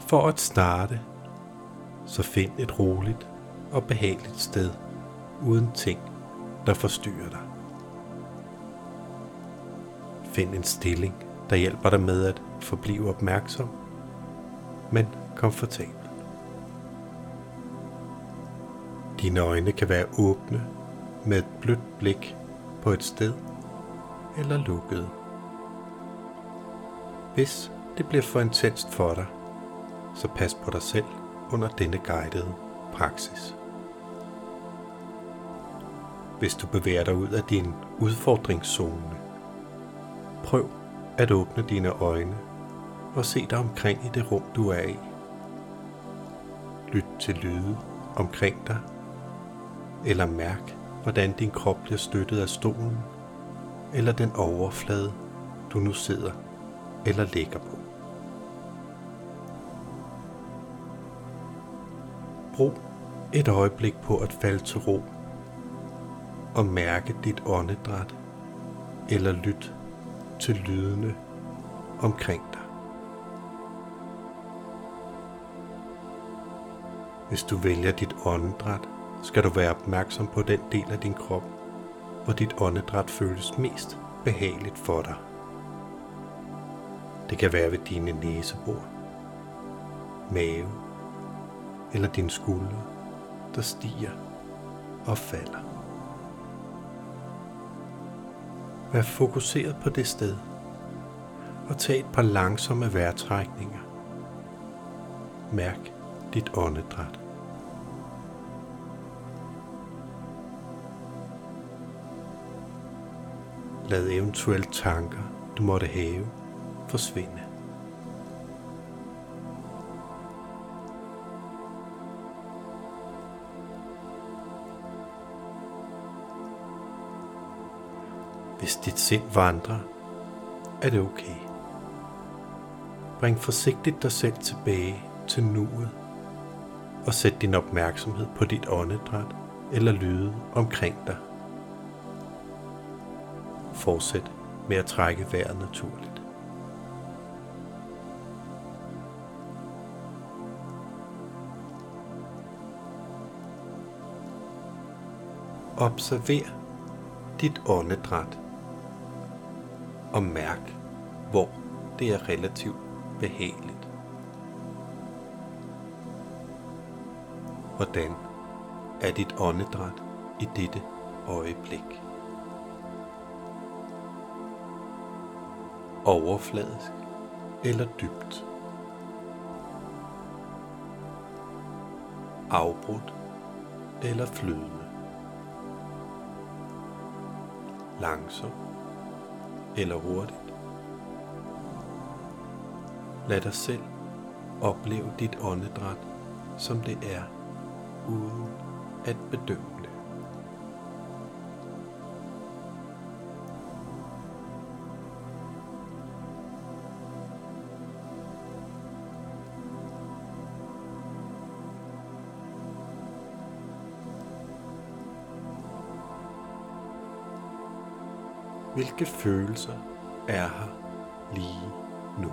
For at starte, så find et roligt og behageligt sted uden ting, der forstyrrer dig. Find en stilling, der hjælper dig med at forblive opmærksom, men komfortabel. Dine øjne kan være åbne med et blødt blik på et sted eller lukkede. Hvis det bliver for intenst for dig, så pas på dig selv under denne guidede praksis. Hvis du bevæger dig ud af din udfordringszone, prøv at åbne dine øjne og se dig omkring i det rum, du er i. Lyt til lyde omkring dig, eller mærk, hvordan din krop bliver støttet af stolen, eller den overflade, du nu sidder eller ligger på. Brug et øjeblik på at falde til ro og mærke dit åndedræt, eller lyt til lydene omkring dig. Hvis du vælger dit åndedræt, skal du være opmærksom på den del af din krop, hvor dit åndedræt føles mest behageligt for dig. Det kan være ved dine næsebor, mave eller dine skuldre, der stiger og falder. Vær fokuseret på det sted og tag et par langsomme vejrtrækninger. Mærk dit åndedræt. Lad eventuelle tanker, du måtte have, forsvinde. Hvis dit sind vandrer, er det okay. Bring forsigtigt dig selv tilbage til nuet og sæt din opmærksomhed på dit åndedræt eller lyde omkring dig. Fortsæt med at trække vejret naturligt. Observer dit åndedræt og mærk, hvor det er relativt behageligt. Hvordan er dit åndedræt i dette øjeblik? Overfladisk eller dybt? Afbrudt eller flydende? Langsomt eller hurtigt? Lad dig selv opleve dit åndedræt, som det er, uden at bedømme det. Hvilke følelser er her lige nu?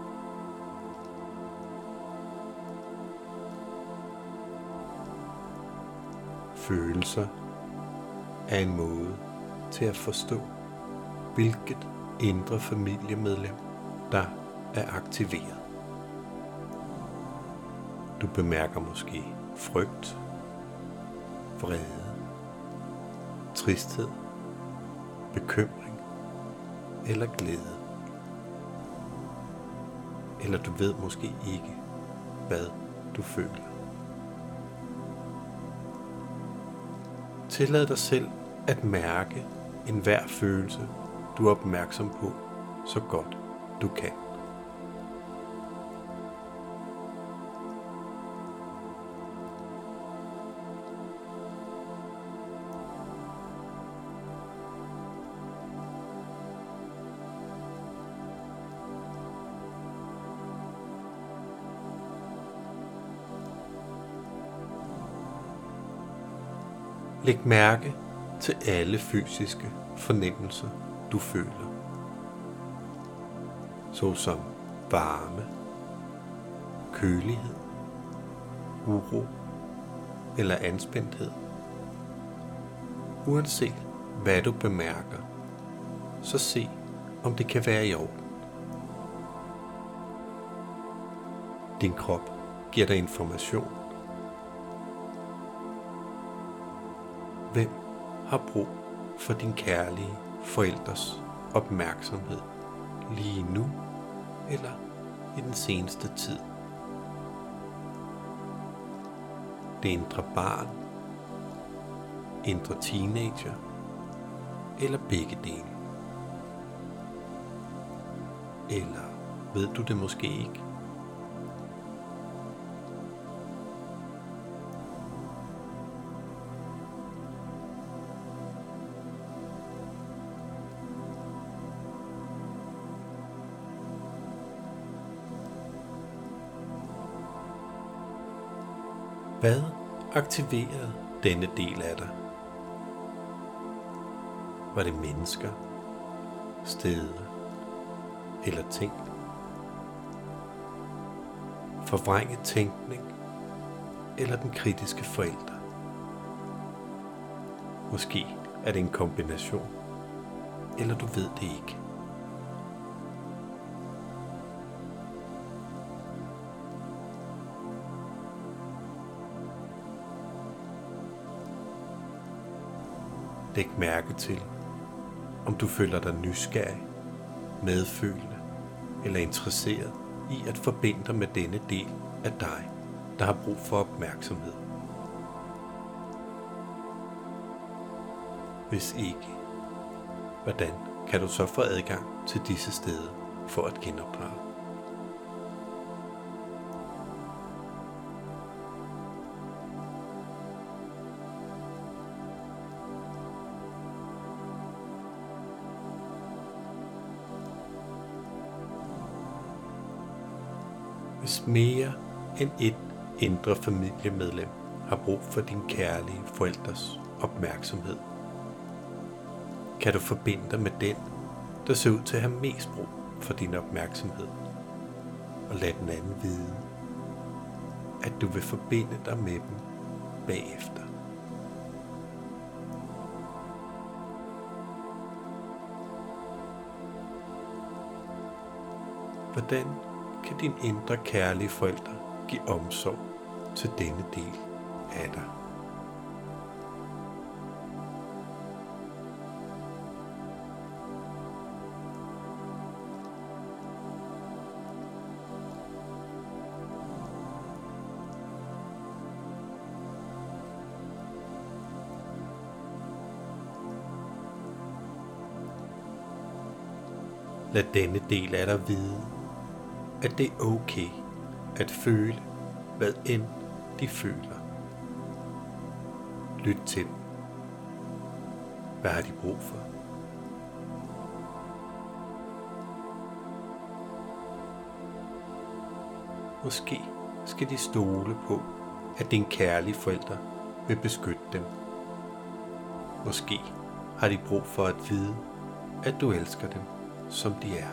Følelser er en måde til at forstå, hvilket indre familiemedlem, der er aktiveret. Du bemærker måske frygt, vrede, tristhed, bekymring eller glæde. Eller du ved måske ikke, hvad du føler. Tillad dig selv at mærke enhver følelse, du er opmærksom på, så godt du kan. Læg mærke til alle fysiske fornemmelser, du føler, såsom varme, kølighed, uro eller anspændthed. Uanset hvad du bemærker, så se om det kan være i orden. Din krop giver dig information. Hvem har brug for din kærlige forældres opmærksomhed lige nu eller i den seneste tid? Det indre barn, indre teenager eller begge dele? Eller ved du det måske ikke? Hvad aktiverede denne del af dig? Var det mennesker, steder eller ting? Forvrænget tænkning eller den kritiske forælder? Måske er det en kombination, eller du ved det ikke. Læg mærke til, om du føler dig nysgerrig, medfølende eller interesseret i at forbinde dig med denne del af dig, der har brug for opmærksomhed. Hvis ikke, hvordan kan du så få adgang til disse steder for at genopdrage? Hvis mere end et indre familiemedlem har brug for din kærlige forældres opmærksomhed, kan du forbinde dig med den, der ser ud til at have mest brug for din opmærksomhed, og lad den anden vide, at du vil forbinde dig med dem bagefter. Hvordan kan din indre kærlige forælder give omsorg til denne del af dig? Lad denne del af dig vide, at det er okay at føle, hvad end de føler. Lyt til dem. Hvad har de brug for? Måske skal de stole på, at din kærlige forælder vil beskytte dem. Måske har de brug for at vide, at du elsker dem, som de er.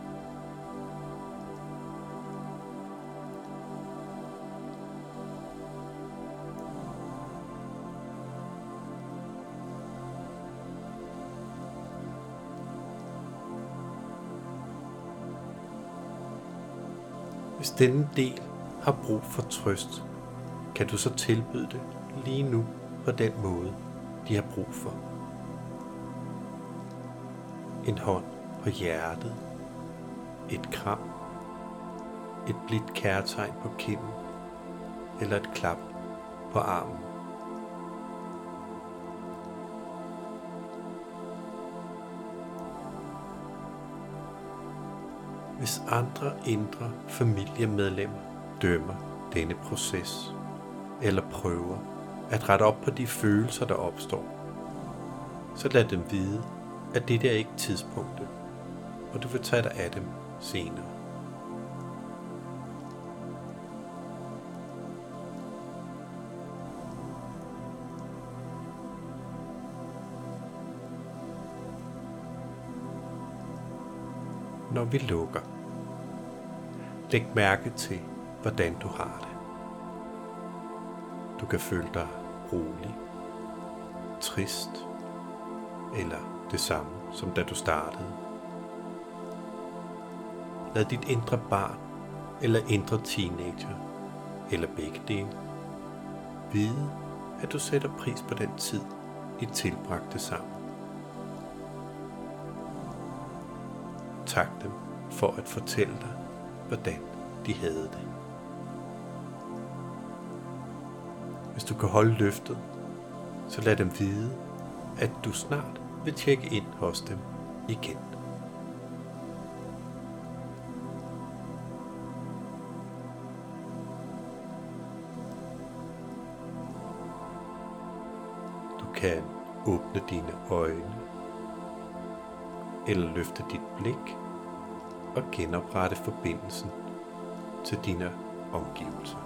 Hvis denne del har brug for trøst, kan du så tilbyde det lige nu på den måde, de har brug for. En hånd på hjertet, et kram, et blidt kærtegn på kinden eller et klap på armen. Hvis andre indre familiemedlemmer dømmer denne proces eller prøver at rette op på de følelser, der opstår, så lad dem vide, at det er ikke tidspunktet, og du vil tage dig af dem senere. Når vi lukker, læg mærke til, hvordan du har det. Du kan føle dig rolig, trist eller det samme som da du startede. Lad dit indre barn eller indre teenager, eller begge dele, vide, at du sætter pris på den tid, I tilbragte sammen. Tak dem for at fortælle dig, hvordan de havde det. Hvis du kan holde løftet, så lad dem vide, at du snart vil tjekke ind hos dem igen. Du kan åbne dine øjne, eller løfte dit blik og genoprette forbindelsen til dine omgivelser.